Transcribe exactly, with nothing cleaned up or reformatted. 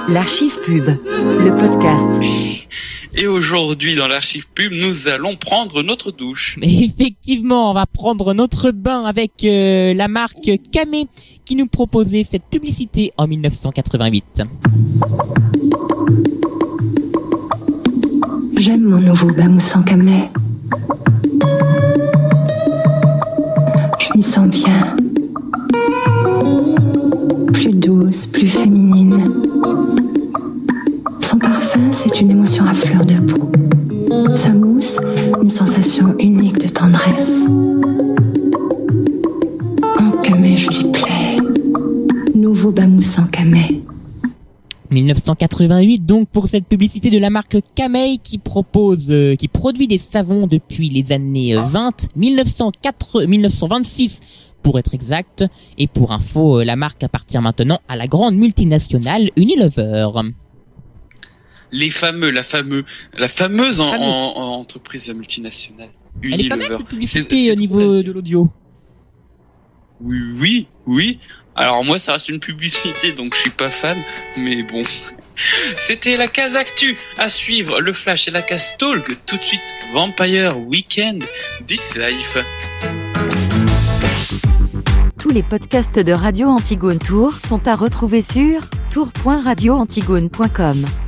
L'archive pub, le podcast. Et aujourd'hui, dans l'archive pub, nous allons prendre notre douche. Mais effectivement, on va prendre notre bain avec euh, la marque Camay qui nous proposait cette publicité en dix-neuf cent quatre-vingt-huit. J'aime mon nouveau bain moussant Camay. Je m'y sens bien. Plus douce, plus féminine. Son parfum, c'est une émotion à fleur de peau. Sa mousse, une sensation unique de tendresse. En Camay, je lui plais. Nouveau bain moussant Camay. dix-neuf cent quatre-vingt-huit donc pour cette publicité de la marque Camay qui propose, euh, qui produit des savons depuis les années vingt, dix-neuf cent quatre, dix-neuf cent vingt-six pour être exact. Et pour info, euh, la marque appartient maintenant à la grande multinationale Unilever. Les fameux, la fameux, la fameuse en, en, en entreprise multinationale. Unilever. Elle est pas mal cette publicité au niveau de l'audio. Oui, oui, oui. Alors moi, ça reste une publicité, donc je suis pas fan, mais bon. C'était la case actu. À suivre, le Flash et la case Talk. Tout de suite, Vampire Weekend, This Life. Tous les podcasts de Radio Antigone Tours sont à retrouver sur tour point radio antigone point com.